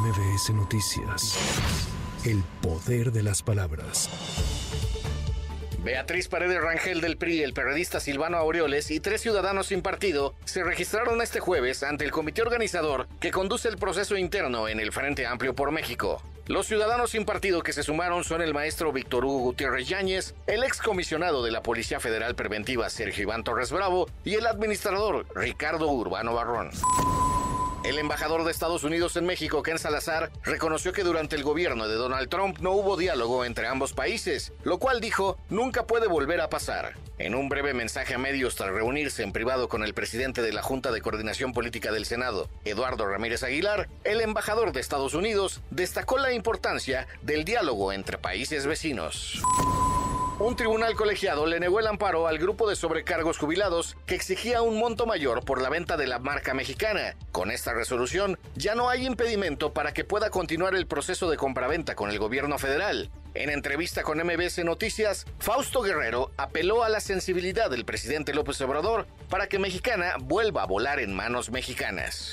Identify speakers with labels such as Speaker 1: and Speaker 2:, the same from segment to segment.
Speaker 1: MBS Noticias. El poder de las palabras.
Speaker 2: Beatriz Paredes Rangel del PRI, el periodista Silvano Aureoles y 3 ciudadanos sin partido se registraron este jueves ante el comité organizador que conduce el proceso interno en el Frente Amplio por México. Los ciudadanos sin partido que se sumaron son el maestro Víctor Hugo Gutiérrez Yáñez, el excomisionado de la Policía Federal Preventiva Sergio Iván Torres Bravo y el administrador Ricardo Urbano Barrón. El embajador de Estados Unidos en México, Ken Salazar, reconoció que durante el gobierno de Donald Trump no hubo diálogo entre ambos países, lo cual dijo nunca puede volver a pasar. En un breve mensaje a medios tras reunirse en privado con el presidente de la Junta de Coordinación Política del Senado, Eduardo Ramírez Aguilar, el embajador de Estados Unidos destacó la importancia del diálogo entre países vecinos. Un tribunal colegiado le negó el amparo al grupo de sobrecargos jubilados que exigía un monto mayor por la venta de la marca mexicana. Con esta resolución, ya no hay impedimento para que pueda continuar el proceso de compraventa con el gobierno federal. En entrevista con MBS Noticias, Fausto Guerrero apeló a la sensibilidad del presidente López Obrador para que Mexicana vuelva a volar en manos mexicanas.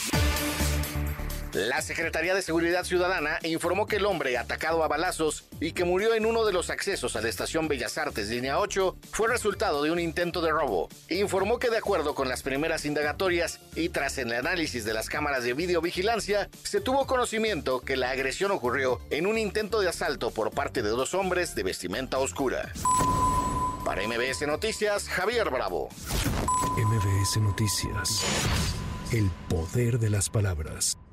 Speaker 2: La Secretaría de Seguridad Ciudadana informó que el hombre atacado a balazos y que murió en uno de los accesos a la estación Bellas Artes Línea 8 fue resultado de un intento de robo. Informó que de acuerdo con las primeras indagatorias y tras el análisis de las cámaras de videovigilancia, se tuvo conocimiento que la agresión ocurrió en un intento de asalto por parte de 2 hombres de vestimenta oscura. Para MBS Noticias, Javier Bravo.
Speaker 1: MBS Noticias. El poder de las palabras.